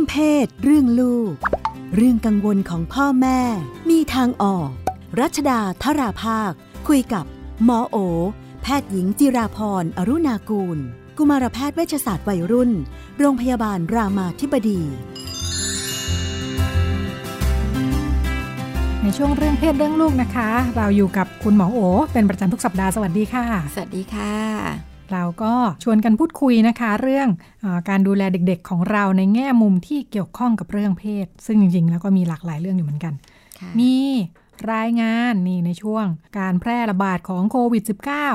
เพศเรื่องลูกเรื่องกังวลของพ่อแม่มีทางออกรัชดาธราภาคคุยกับหมอโอแพทย์หญิงจิราพรอรุณากูลกุมารแพทย์เวชศาสตร์วัยรุ่นโรงพยาบาลรามาธิบดีในช่วงเรื่องเพศเรื่องลูกนะคะเราอยู่กับคุณหมอโอเป็นประจำทุกสัปดาห์สวัสดีค่ะสวัสดีค่ะเราก็ชวนกันพูดคุยนะคะเรื่องการดูแลเด็กๆของเราในแง่มุมที่เกี่ยวข้องกับเรื่องเพศซึ่งจริงๆแล้วก็มีหลากหลายเรื่องอยู่เหมือนกันมีรายงานนี่ในช่วงการแพร่ระบาดของโควิด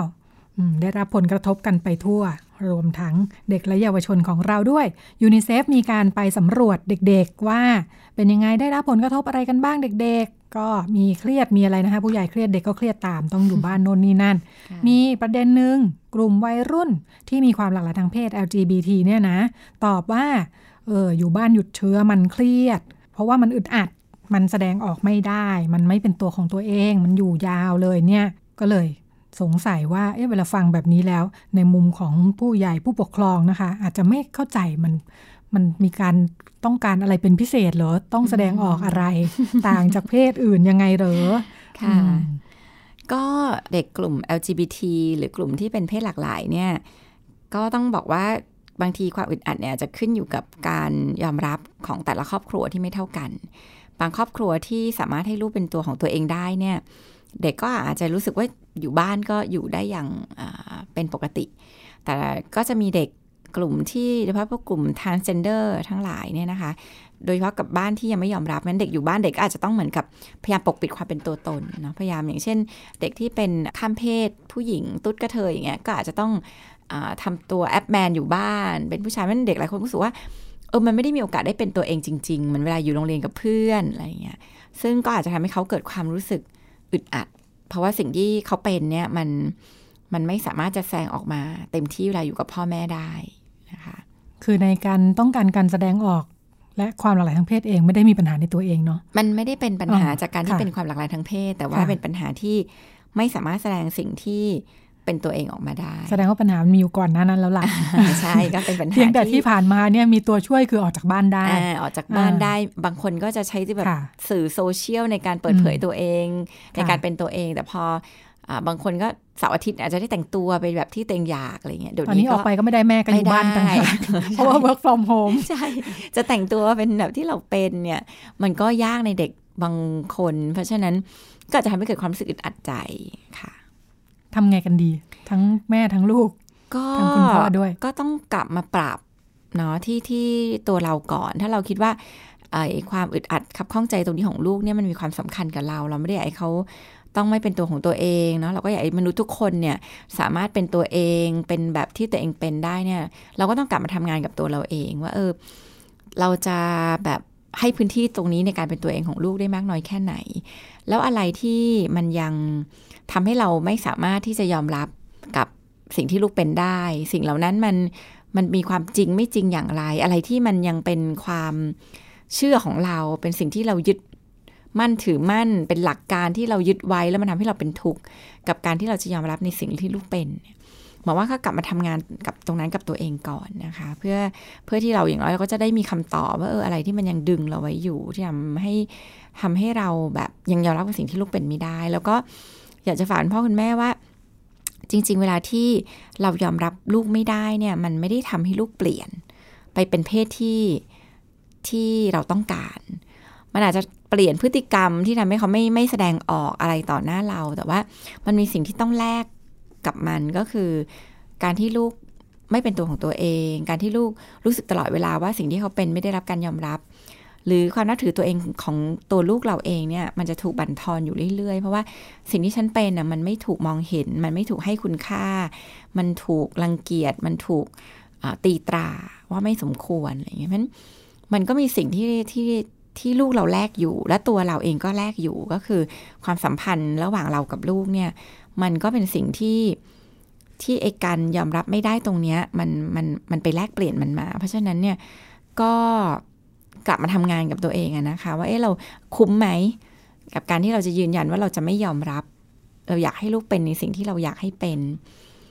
-19 ได้รับผลกระทบกันไปทั่วรวมทั้งเด็กและเยาวชนของเราด้วยยูนิเซฟมีการไปสำรวจเด็กๆว่าเป็นยังไงได้รับผลกระทบอะไรกันบ้างเด็กๆก็มีเครียดมีอะไรนะคะผู้ใหญ่เครียดเด็กก็เครียดตามต้องอยู่บ้านโน่นนี่นั่น มีประเด็นหนึ่งกลุ่มวัยรุ่นที่มีความหลากหลายทางเพศ LGBT เนี่ยนะตอบว่าอยู่บ้านหยุดเชื้อมันเครียดเพราะว่ามันอึดอัดมันแสดงออกไม่ได้มันไม่เป็นตัวของตัวเองมันอยู่ยาวเลยเนี่ยก็เลยสงสัยว่าเวลาฟังแบบนี้แล้วในมุมของผู้ใหญ่ผู้ปกครองนะคะอาจจะไม่เข้าใจมันมีการต้องการอะไรเป็นพิเศษเหรอต้องแสดงออกอะไร ต่างจากเพศอื่นยังไงเหรอค่ะก็เด็กกลุ่ม LGBT หรือกลุ่มที่เป็นเพศหลากหลายเนี่ยก็ต้องบอกว่าบางทีความอึดอัดเนี่ยจะขึ้นอยู่กับการยอมรับของแต่ละครอบครัวที่ไม่เท่ากันบางครอบครัวที่สามารถให้ลูกเป็นตัวของตัวเองได้เนี่ยเด็กก็อาจจะรู้สึกว่าอยู่บ้านก็อยู่ได้อย่างเป็นปกติแต่ก็จะมีเด็กกลุ่มที่โดยเฉพาะพวกกลุ่ม transgender ทั้งหลายเนี่ยนะคะโดยเฉพาะกับบ้านที่ยังไม่ยอมรับนั้นเด็กอยู่บ้านเด็กก็อาจจะต้องเหมือนกับพยายามปกปิดความเป็นตัวตนนะพยายามอย่างเช่นเด็กที่เป็นข้ามเพศผู้หญิงตุ๊ดกระเทยอย่างเงี้ยก็อาจจะต้องทำตัวแอปแมนอยู่บ้านเป็นผู้ชายเพราะเด็กหลายคนรู้สึกว่ามันไม่ได้มีโอกาสได้เป็นตัวเองจริงๆเหมือนเวลาอยู่โรงเรียนกับเพื่อนอะไรอย่างเงี้ยซึ่งก็อาจจะทำให้เขาเกิดความรู้สึกอึดอัดเพราะว่าสิ่งที่เขาเป็นเนี่ยมันไม่สามารถจะแสดงออกมาเต็มที่เวลาอยู่กับพ่อแม่ได้นะคะคือในการต้องการการแสดงออกและความหลากหลายทางเพศเองไม่ได้มีปัญหาในตัวเองเนาะมันไม่ได้เป็นปัญหาจากการที่เป็นความหลากหลายทางเพศแต่ว่าเป็นปัญหาที่ไม่สามารถแสดงสิ่งที่เป็นตัวเองออกมาได้แสดงว่าปัญหามันมีอยู่ก่อนหน้านั้นแล้วล่ะใช่ก็เป็นปัญหาเพียงแต่ที่ผ่านมาเนี่ยมีตัวช่วยคือออกจากบ้านได้ออกจากบ้านได้บางคนก็จะใช้ที่แบบสื่อโซเชียลในการเปิดเผยตัวเองในการเป็นตัวเองแต่พอบางคนก็เสาร์อาทิตย์อาจจะได้แต่งตัวไปแบบที่ตัวเองอยากอะไรเงี้ยเดี๋ยวนี้ออกไปก็ไม่ได้แม่ก็อยู่บ้านต่างหากเพราะว่า work from home ใช่จะแต่งตัวเป็นแบบที่เราเป็นเนี่ยมันก็ยากในเด็กบางคนเพราะฉะนั้นก็จะทำให้เกิดความรู้สึกอึดอัดใจค่ะทำไงกันดีทั้งแม่ทั้งลูกทั้งคุณพ่อด้วยก็ต้องกลับมาปรับเนาะที่ตัวเราก่อนถ้าเราคิดว่าความอึดอัดขับข้องใจตรงนี้ของลูกเนี่ยมันมีความสำคัญกับเราไม่ได้อยากให้เขาต้องไม่เป็นตัวของตัวเองเนาะเราก็อยากให้มนุษย์ทุกคนเนี่ยสามารถเป็นตัวเองเป็นแบบที่ตัวเองเป็นได้เนี่ยเราก็ต้องกลับมาทำงานกับตัวเราเองว่าเราจะแบบให้พื้นที่ตรงนี้ในการเป็นตัวเองของลูกได้มากน้อยแค่ไหนแล้วอะไรที่มันยังทำให้เราไม่สามารถที่จะยอมรับกับสิ่งที่ลูกเป็นได้สิ่งเหล่านั้นมันมีความจริงไม่จริงอย่างไรอะไรที่มันยังเป็นความเชื่อของเราเป็นสิ่งที่เรายึดมั่นถือมั่นเป็นหลักการที่เรายึดไว้แล้วมันทำให้เราเป็นทุกข์กับการที่เราจะยอมรับในสิ่งที่ลูกเป็นหมายว่าก็กลับมาทำงานกับตรงนั้นกับตัวเองก่อนนะคะเพื่อที่เราอย่างน้อยเราก็จะได้มีคำตอบว่าอะไรที่มันยังดึงเราไว้อยู่ที่ทำให้เราแบบยังยอมรับกับสิ่งที่ลูกเป็นไม่ได้แล้วก็อยากจะฝากพ่อคุณแม่ว่าจริงๆเวลาที่เรายอมรับลูกไม่ได้เนี่ยมันไม่ได้ทำให้ลูกเปลี่ยนไปเป็นเพศที่เราต้องการมันอาจจะเปลี่ยนพฤติกรรมที่ทำให้เขาไม่แสดงออกอะไรต่อหน้าเราแต่ว่ามันมีสิ่งที่ต้องแลกกับมันก็คือการที่ลูกไม่เป็นตัวของตัวเองการที่ลูกรู้สึกตลอดเวลาว่าสิ่งที่เขาเป็นไม่ได้รับการยอมรับหรือความนับถือตัวเองของตัวลูกเราเองเนี่ยมันจะถูกบั่นทอนอยู่เรื่อยๆเพราะว่าสิ่งที่ฉันเป็นน่ะมันไม่ถูกมองเห็นมันไม่ถูกให้คุณค่ามันถูกรังเกียจมันถูกตีตราว่าไม่สมควรอะไรอย่างเงี้ยมันก็มีสิ่งที่ลูกเราแลกอยู่และตัวเราเองก็แลกอยู่ก็คือความสัมพันธ์ระหว่างเรากับลูกเนี่ยมันก็เป็นสิ่งที่ไอ้การยอมรับไม่ได้ตรงเนี้ยมันไปแลกเปลี่ยนมันมาเพราะฉะนั้นเนี่ยก็กลับมาทำงานกับตัวเองนะคะว่าเราคุ้มไหมกับการที่เราจะยืนยันว่าเราจะไม่ยอมรับเราอยากให้ลูกเป็นในสิ่งที่เราอยากให้เป็น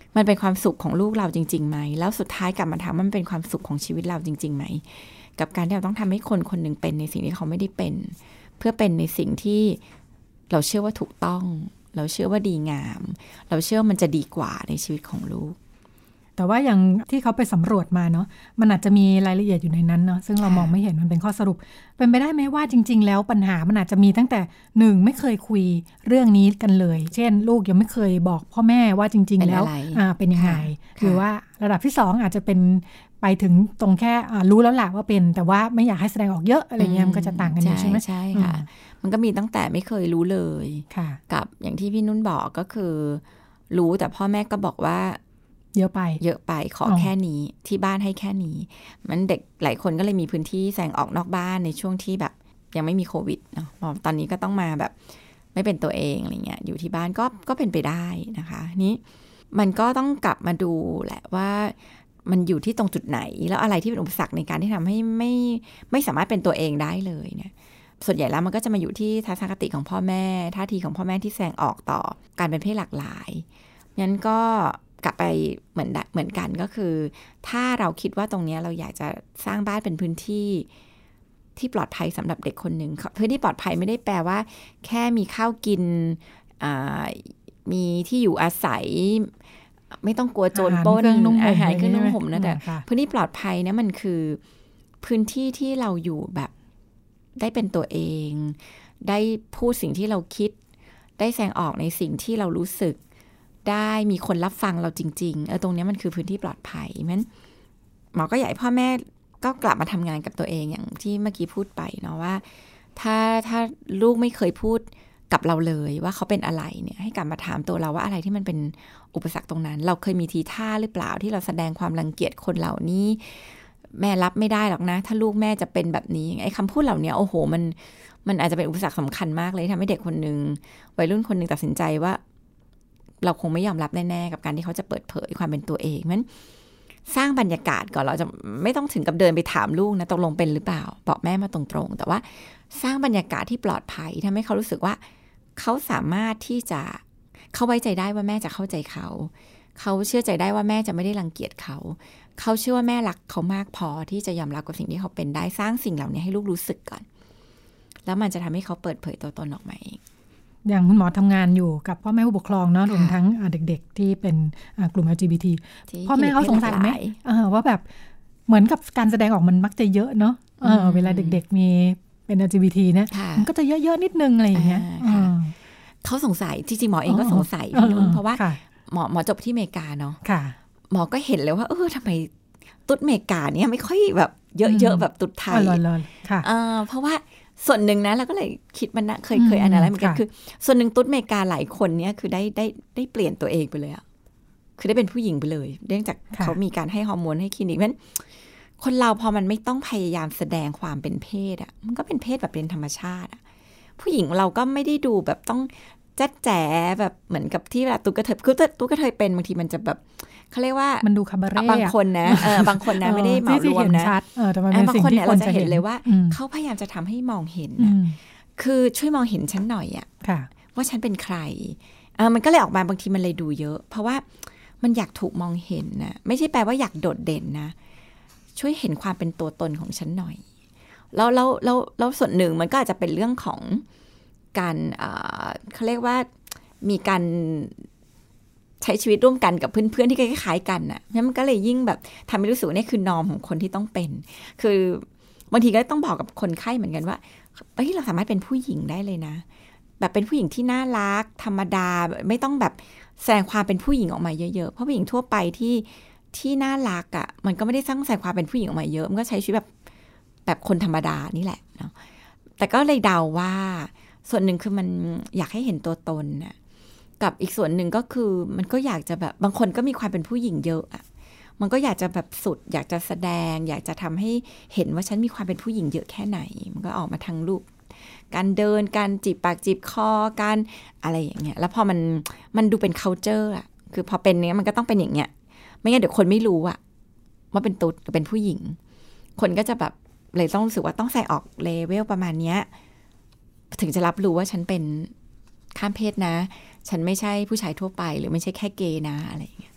มันเป็นความสุขของลูกเราจริงๆไหมแล้วสุดท้ายกลับมาถามมันเป็นความสุขของชีวิตเราจริงๆไหมกับการที่เราต้องทำให้คนคนหนึ่งเป็นในสิ่งที่เขาไม่ได้เป็นเพื่อเป็นในสิ่งที่เราเชื่อว่าถูกต้องเราเชื่อว่าดีงามเราเชื่อว่ามันจะดีกว่าในชีวิตของลูกแต่ว่าอย่างที่เขาไปสำรวจมาเนาะมันอาจจะมีรายละเอียดอยู่ในนั้นเนาะซึ่งเรามองไม่เห็นมันเป็นข้อสรุปเป็นไปได้ไหมว่าจริงๆแล้วปัญหามันอาจจะมีตั้งแต่1ไม่เคยคุยเรื่องนี้กันเลยเช่นลูกยังไม่เคยบอกพ่อแม่ว่าจริงๆแล้วเป็นยังไงหรือว่าระดับที่2อาจจะเป็นไปถึงตรงแค่รู้แล้วแหละว่าเป็นแต่ว่าไม่อยากให้แสดงออกเยอะอะไรเงี้ยมันก็จะต่างกันอยู่ใช่ไหมใช่ค่ะมันก็มีตั้งแต่ไม่เคยรู้เลยกับอย่างที่พี่นุ่นบอกก็คือรู้แต่พ่อแม่ก็บอกว่าเยอะไปขอแค่นี้ที่บ้านให้แค่นี้มันเด็กหลายคนก็เลยมีพื้นที่แสดงออกนอกบ้านในช่วงที่แบบยังไม่มีโควิดเนาะตอนนี้ก็ต้องมาแบบไม่เป็นตัวเองอะไรเงี้ยอยู่ที่บ้านก็เป็นไปได้นะคะนี้มันก็ต้องกลับมาดูแหละว่ามันอยู่ที่ตรงจุดไหนแล้วอะไรที่เป็นอุปสรรคในการที่ทำให้ไม่สามารถเป็นตัวเองได้เลยเนี่ยส่วนใหญ่แล้วมันก็จะมาอยู่ที่ทัศนคติของพ่อแม่ท่าทีของพ่อแม่ที่แสดงออกต่อการเป็นเพศหลากหลายงั้นก็กลับไปเหมือนกันก็คือถ้าเราคิดว่าตรงนี้เราอยากจะสร้างบ้านเป็นพื้นที่ที่ปลอดภัยสำหรับเด็กคนหนึ่งพื้นที่ปลอดภัยไม่ได้แปลว่าแค่มีข้าวกินมีที่อยู่อาศัยไม่ต้องกลัวโจรปล้นอาหารเครื่องนุ่งห่มนะแต่พื้นที่ปลอดภัยเนี่ยมันคือพื้นที่ที่เราอยู่แบบได้เป็นตัวเองได้พูดสิ่งที่เราคิดได้แสดงออกในสิ่งที่เรารู้สึกได้มีคนรับฟังเราจริงๆตรงนี้มันคือพื้นที่ปลอดภัยงั้นหมอก็อยากให้พ่อแม่ก็กลับมาทำงานกับตัวเองอย่างที่เมื่อกี้พูดไปเนาะว่าถ้าลูกไม่เคยพูดกับเราเลยว่าเขาเป็นอะไรเนี่ยให้กลับมาถามตัวเราว่าอะไรที่มันเป็นอุปสรรคตรงนั้นเราเคยมีทีท่าหรือเปล่าที่เราแสดงความรังเกียจคนเหล่านี้แม่รับไม่ได้หรอกนะถ้าลูกแม่จะเป็นแบบนี้ไอ้คำพูดเหล่านี้โอ้โหมันอาจจะเป็นอุปสรรคสำคัญมากเลยทำให้เด็กคนนึงวัยรุ่นคนนึงตัดสินใจว่าเราคงไม่ยอมรับแน่ๆกับการที่เขาจะเปิดเผยความเป็นตัวเองมันสร้างบรรยากาศก่อนเราจะไม่ต้องถึงกับเดินไปถามลูกนะตกลงเป็นหรือเปล่าบอกแม่มาตรงๆแต่ว่าสร้างบรรยากาศที่ปลอดภัยทำให้เขารู้สึกว่าเขาสามารถที่จะเขาไว้ใจได้ว่าแม่จะเข้าใจเขาเชื่อใจได้ว่าแม่จะไม่ได้รังเกียจเขาเชื่อว่าแม่รักเขามากพอที่จะยอมรับกับสิ่งที่เขาเป็นได้สร้างสิ่งเหล่านี้ให้ลูกรู้สึกก่อนแล้วมันจะทำให้เขาเปิดเผยตัวตนออกมาเองอย่างคุณหมอทำงานอยู่กับพ่อแม่ผู้ปกครองเนาะรวมทั้งเด็กๆที่เป็นกลุ่ม LGBT พ่อแม่เขาสงสัยไหมว่าแบบเหมือนกับการแสดงออกมันมักจะเยอะเนาะเวลาเด็กๆมีเป็น LGBT เนี่ยมันก็จะเยอะๆนิดนึงอะไรอย่างเงี้ยเขาสงสัยจริงๆหมอเองก็สงสัยเพราะว่าหมอจบที่อเมริกาเนาะหมอก็เห็นเลยว่าทำไมตุ๊ดอเมริกาเนี่ยไม่ค่อยแบบเยอะๆแบบตุ๊ดไทยเพราะว่าส่วนหนึ่งนะเราก็เลยคิดมันนะเคยอ่านอะไรเหมือนกันคือส่วนหนึ่งตุ๊ดอเมริกาหลายคนเนี่ยคือได้เปลี่ยนตัวเองไปเลยอะคือได้เป็นผู้หญิงไปเลยเนื่องจากเขามีการให้ฮอร์โมนให้คลินิกเพราะฉะนั้นคนเราพอมันไม่ต้องพยายามแสดงความเป็นเพศอะมันก็เป็นเพศแบบเป็นธรรมชาติอะผู้หญิงเราก็ไม่ได้ดูแบบต้องแจ๊ดแจ๋แบบเหมือนกับที่เวลาตุ๊กกระเทยคือตุ๊กกระเทยเป็นบางทีมันจะแบบเขาเรียกว่ามันดูคาบาเร่บางคนนะบางคนนะไม่ได้เหมารวมนะบางคนเนี่ยเราจะเห็นเลยว่าเขาพยายามจะทำให้มองเห็นคือช่วยมองเห็นฉันหน่อยอะว่าฉันเป็นใครมันก็เลยออกมาบางทีมันเลยดูเยอะเพราะว่ามันอยากถูกมองเห็นนะไม่ใช่แปลว่าอยากโดดเด่นนะช่วยเห็นความเป็นตัวตนของฉันหน่อยแล้วส่วนหนึ่งมันก็อาจจะเป็นเรื่องของการเขาเรียกว่ามีการใช้ชีวิตร่วมกันกับเพื่อนๆที่คล้ายๆกันน่ะมันก็เลยยิ่งแบบทำให้รู้สึกว่านี่คือนอร์มของคนที่ต้องเป็นคือบางทีก็ต้องบอกกับคนไข้เหมือนกันว่าเราสามารถเป็นผู้หญิงได้เลยนะแบบเป็นผู้หญิงที่น่ารักธรรมดาไม่ต้องแบบแสดงความเป็นผู้หญิงออกมาเยอะๆเพราะผู้หญิงทั่วไปที่น่ารักอ่ะมันก็ไม่ได้สร้างแสดงความเป็นผู้หญิงออกมาเยอะมันก็ใช้ชีวิตแบบคนธรรมดานี่แหละเนาะแต่ก็เลยเดาว่าส่วนหนึ่งคือมันอยากให้เห็นตัวตนน่ะกับอีกส่วนหนึ่งก็คือมันก็อยากจะแบบบางคนก็มีความเป็นผู้หญิงเยอะอ่ะมันก็อยากจะแบบสุดอยากจะแสดงอยากจะทำให้เห็นว่าฉันมีความเป็นผู้หญิงเยอะแค่ไหนมันก็ออกมาทางรูปการเดินการจีบปากจีบคอการอะไรอย่างเงี้ยแล้วพอมันดูเป็น culture อ่ะคือพอเป็นเนี้ยมันก็ต้องเป็นอย่างเงี้ยไม่งั้นเดี๋ยวคนไม่รู้อ่ะว่าเป็นตุ๊ดเป็นผู้หญิงคนก็จะแบบเลยต้องรู้สึกว่าต้องใส่ออกเลเวลประมาณเนี้ยถึงจะรับรู้ว่าฉันเป็นข้ามเพศนะฉันไม่ใช่ผู้ชายทั่วไปหรือไม่ใช่แค่เกย์นะอะไรอย่างเงี้ย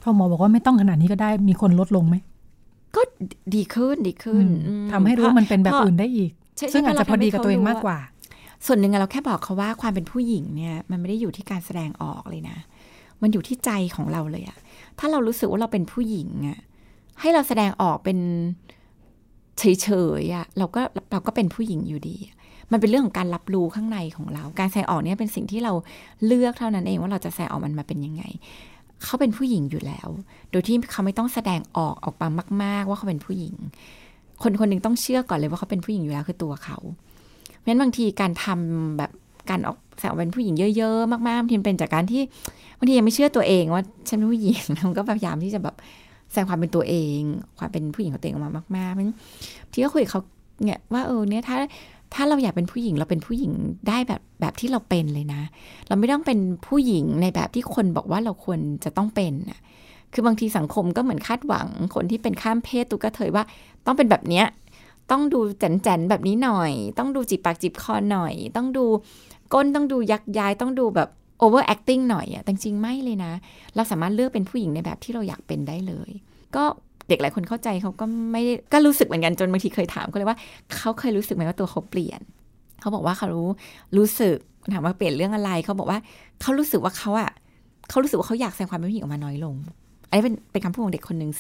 พอหมอบอกว่าไม่ต้องขนาดนี้ก็ได้มีคนลดลงไหมก็ดีขึ้นทำให้รู้มันเป็นแบบอื่นได้อีกซึ่งอาจจะพอดีกับตัวเองมากกว่าส่วนหนึ่งเราแค่บอกเขาว่าความเป็นผู้หญิงเนี่ยมันไม่ได้อยู่ที่การแสดงออกเลยนะมันอยู่ที่ใจของเราเลยอะถ้าเรารู้สึกว่าเราเป็นผู้หญิงอะให้เราแสดงออกเป็นเฉยๆอะเราก็เป็นผู้หญิงอยู่ดีมันเป็นเรื่องของการรับรู้ข้างในของเราการแสดงออกเนี่ยเป็นสิ่งที่เราเลือกเท่านั้นเองว่าเราจะแสดงออกมันมาเป็นยังไงเขาเป็นผู้หญิงอยู่แล้วโดยที่เขาไม่ต้องแสดงออกมามากๆว่าเขาเป็นผู้หญิงคนหนึ่งต้องเชื่อก่อนเลยว่าเขาเป็นผู้หญิงอยู่แล้วคือตัวเขาเพราะฉะนั้นบางทีการทำแบบการออกแสดงเป็นผู้หญิงเยอะๆมากๆบางทีเป็นจากการที่บางทียังไม่เชื่อตัวเองว่าฉันเป็นผู้หญิงมันก็พยายามที่จะแบบแสดงความเป็นตัวเองความเป็นผู้หญิงของตัวเองออกมามากๆที่ก็คุยกับเขาเนี่ยว่าเนี่ยถ้าเราอยากเป็นผู้หญิงเราเป็นผู้หญิงได้แบบที่เราเป็นเลยนะเราไม่ต้องเป็นผู้หญิงในแบบที่คนบอกว่าเราควรจะต้องเป็นน่ะคือบางทีสังคมก็เหมือนคาดหวังคนที่เป็นข้ามเพศตุ๊กเถยว่าต้องเป็นแบบเนี้ยต้องดูแจ๋นๆแบบนี้หน่อยต้องดูจีบปากจีบคอหน่อยต้องดูก้นต้องดูยักย้ายต้องดูแบบ over acting หน่อยแต่จริงๆไม่เลยนะเราสามารถเลือกเป็นผู้หญิงในแบบที่เราอยากเป็นได้เลยก็เด็กหลายคนเข้าใจเขาก็ไม่ก็รู้สึกเหมือนกันจนบางทีเคยถามเขาเลยว่าเขาเคยรู้สึกไหมว่าตัวเขาเปลี่ยนเขาบอกว่าเขารู้สึกถามว่าเปลี่ยนเรื่องอะไรเขาบอกว่าเขารู้สึกว่าเขารู้สึกว่าเขาอยากแสดงความเป็นผู้หญิงออกมาน้อยลงอันนี้เป็นคำพูดของเด็กคนหนึ่ง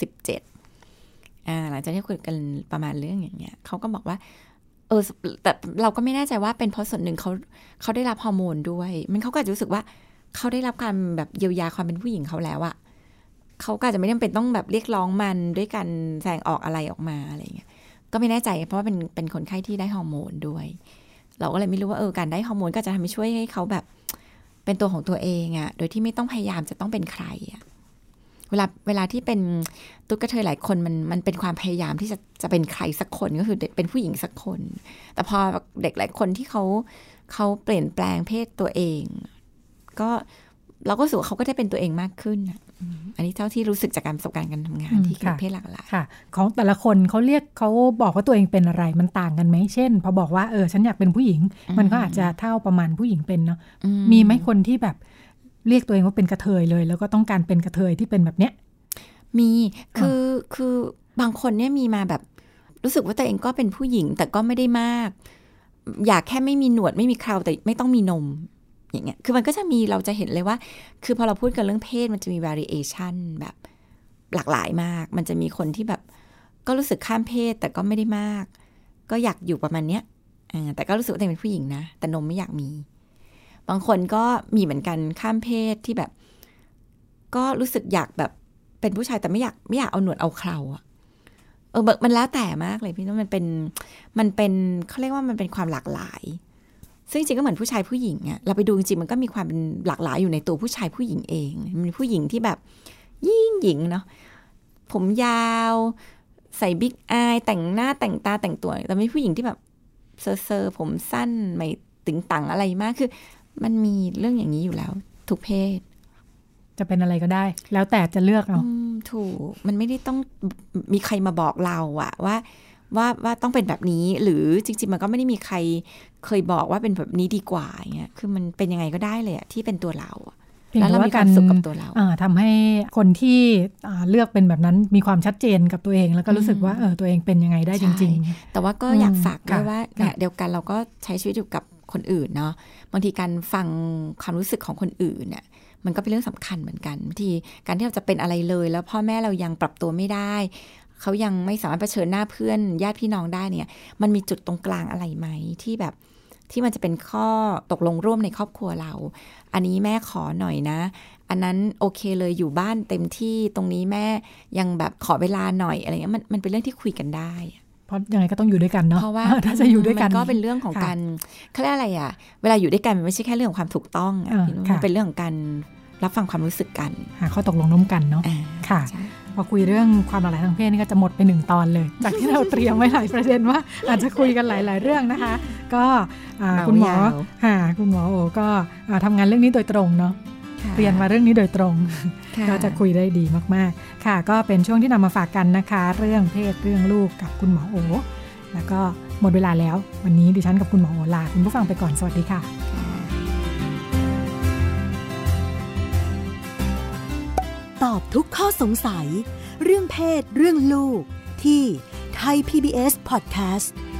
17หลังจากที่คุยกันประมาณเรื่องอย่างเงี้ยเขาก็บอกว่าแต่เราก็ไม่แน่ใจว่าเป็นเพราะส่วนหนึ่งเขาได้รับฮอร์โมนด้วยมันเขาก็อาจจะรู้สึกว่าเขาได้รับการแบบเยียวยาความเป็นผู้หญิงเขาแล้วอะเขาก็อาจจะไม่จำเป็นต้องแบบเรียกร้องมันด้วยการแสดงออกอะไรออกมาอะไรเงี้ยก็ไม่แน่ใจเพราะว่าเป็นคนไข้ที่ได้ฮอร์โมนด้วยเราก็เลยไม่รู้ว่าการได้ฮอร์โมนก็จะทำให้ช่วยให้เขาแบบเป็นตัวของตัวเองอะโดยที่ไม่ต้องพยายามจะต้องเป็นใครอะเวลาที่เป็นตุ๊กเทยหลายคนมันเป็นความพยายามที่จะเป็นใครสักคนก็คือเป็นผู้หญิงสักคนแต่พอเด็กหลายคนที่เขาเปลี่ยนแปลงเพศตัวเองก็เราก็รู้สึกว่าเขาก็ได้เป็นตัวเองมากขึ้นอันนี้เท่าที่รู้สึกจากการประสบการณ์การทำงานที่เป็นเพศหลากหลายค่ะของแต่ละคนเขาบอกว่าตัวเองเป็นอะไรมันต่างกันไหมเช่นพอบอกว่าฉันอยากเป็นผู้หญิงมันก็อาจจะเท่าประมาณผู้หญิงเป็นเนาะมีไหมคนที่แบบเรียกตัวเองว่าเป็นกระเทยเลยแล้วก็ต้องการเป็นกระเทยที่เป็นแบบเนี้ยมีคือบางคนเนี่ยมีมาแบบรู้สึกว่าตัวเองก็เป็นผู้หญิงแต่ก็ไม่ได้มากอยากแค่ไม่มีหนวดไม่มีเคราแต่ไม่ต้องมีนมอย่างเงี้ยคือมันก็จะมีเราจะเห็นเลยว่าคือพอเราพูดกันเรื่องเพศมันจะมี variation แบบหลากหลายมากมันจะมีคนที่แบบก็รู้สึกข้ามเพศแต่ก็ไม่ได้มากก็อยากอยู่ประมาณเนี้ยแต่ก็รู้สึกว่าตัวเองเป็นผู้หญิงนะแต่นมไม่อยากมีบางคนก็มีเหมือนกันข้ามเพศที่แบบก็รู้สึกอยากแบบเป็นผู้ชายแต่ไม่อยากเอาหนวดเอาเคราอ่ะมันแล้วแต่มากเลยพี่ว่ามันเป็นเขาเรียกว่ามันเป็นความหลากหลายซึ่งจริงก็เหมือนผู้ชายผู้หญิงอ่ะเราไปดูจริงมันก็มีความเป็นหลากหลายอยู่ในตัวผู้ชายผู้หญิงเองมันผู้หญิงที่แบบยิ่งหญิงเนาะผมยาวใส่บิ๊กอายแต่งหน้าแต่งตาแต่งตัวแต่มีผู้หญิงที่แบบเซอร์ผมสั้นไม่ตึงตังอะไรมากคือมันมีเรื่องอย่างนี้อยู่แล้วทุกเพศจะเป็นอะไรก็ได้แล้วแต่จะเลือกเอาถูกมันไม่ได้ต้องมีใครมาบอกเราอะว่าต้องเป็นแบบนี้หรือจริงๆมันก็ไม่ได้มีใครเคยบอกว่าเป็นแบบนี้ดีกว่าอย่างเงี้ยคือมันเป็นยังไงก็ได้เลยอะที่เป็นตัวเราแล้วเรามีความสุขกับตัวเราทำให้คนที่เลือกเป็นแบบนั้นมีความชัดเจนกับตัวเองแล้วก็รู้สึกว่าตัวเองเป็นยังไงได้จริงๆแต่ว่าก็อยากฝากด้วยว่าเดียวกันเราก็ใช้ชีวิตอยู่กับคนอื่นเนาะบางทีการฟังความรู้สึกของคนอื่นเนี่ยมันก็เป็นเรื่องสำคัญเหมือนกันบางทีการที่เราจะเป็นอะไรเลยแล้วพ่อแม่เรายังปรับตัวไม่ได้เขายังไม่สามารถเผชิญหน้าเพื่อนญาติพี่น้องได้เนี่ยมันมีจุดตรงกลางอะไรไหมที่แบบที่มันจะเป็นข้อตกลงร่วมในครอบครัวเราอันนี้แม่ขอหน่อยนะอันนั้นโอเคเลยอยู่บ้านเต็มที่ตรงนี้แม่ยังแบบขอเวลาหน่อยอะไรเงี้ยมันเป็นเรื่องที่คุยกันได้เพราะยังไงก็ต้องอยู่ด้วยกันเนาะเพราะว่าถ้าจะอยู่ด้วยกันก็เป็นเรื่องของการเขาเรียกอะไรอ่ะเวลาอยู่ด้วยกันมันไม่ใช่แค่เรื่องของความถูกต้องมันเป็นเรื่องของการรับฟังความรู้สึกกันหาข้อตกลงร่วมกันเนาะค่ะพอคุยเรื่องความหลากหลายทางเพศนี่ก็จะหมดไป1ตอนเลยจากที่เราเตรียมไว้หลายประเด็นว่าอาจจะคุยกันหลายๆเรื่องนะคะก็คุณหมอโอก็ทำงานเรื่องนี้โดยตรงเนาะเรียนมาเรื่องนี้โดยตรงก็จะคุยได้ดีมากๆค่ะก็เป็นช่วงที่นำมาฝากกันนะคะเรื่องเพศเรื่องลูกกับคุณหมอโอแล้วก็หมดเวลาแล้ววันนี้ดิฉันกับคุณหมอโอลาคุณผู้ฟังไปก่อนสวัสดีค่ะตอบทุกข้อสงสัยเรื่องเพศเรื่องลูกที่ Thai PBS Podcast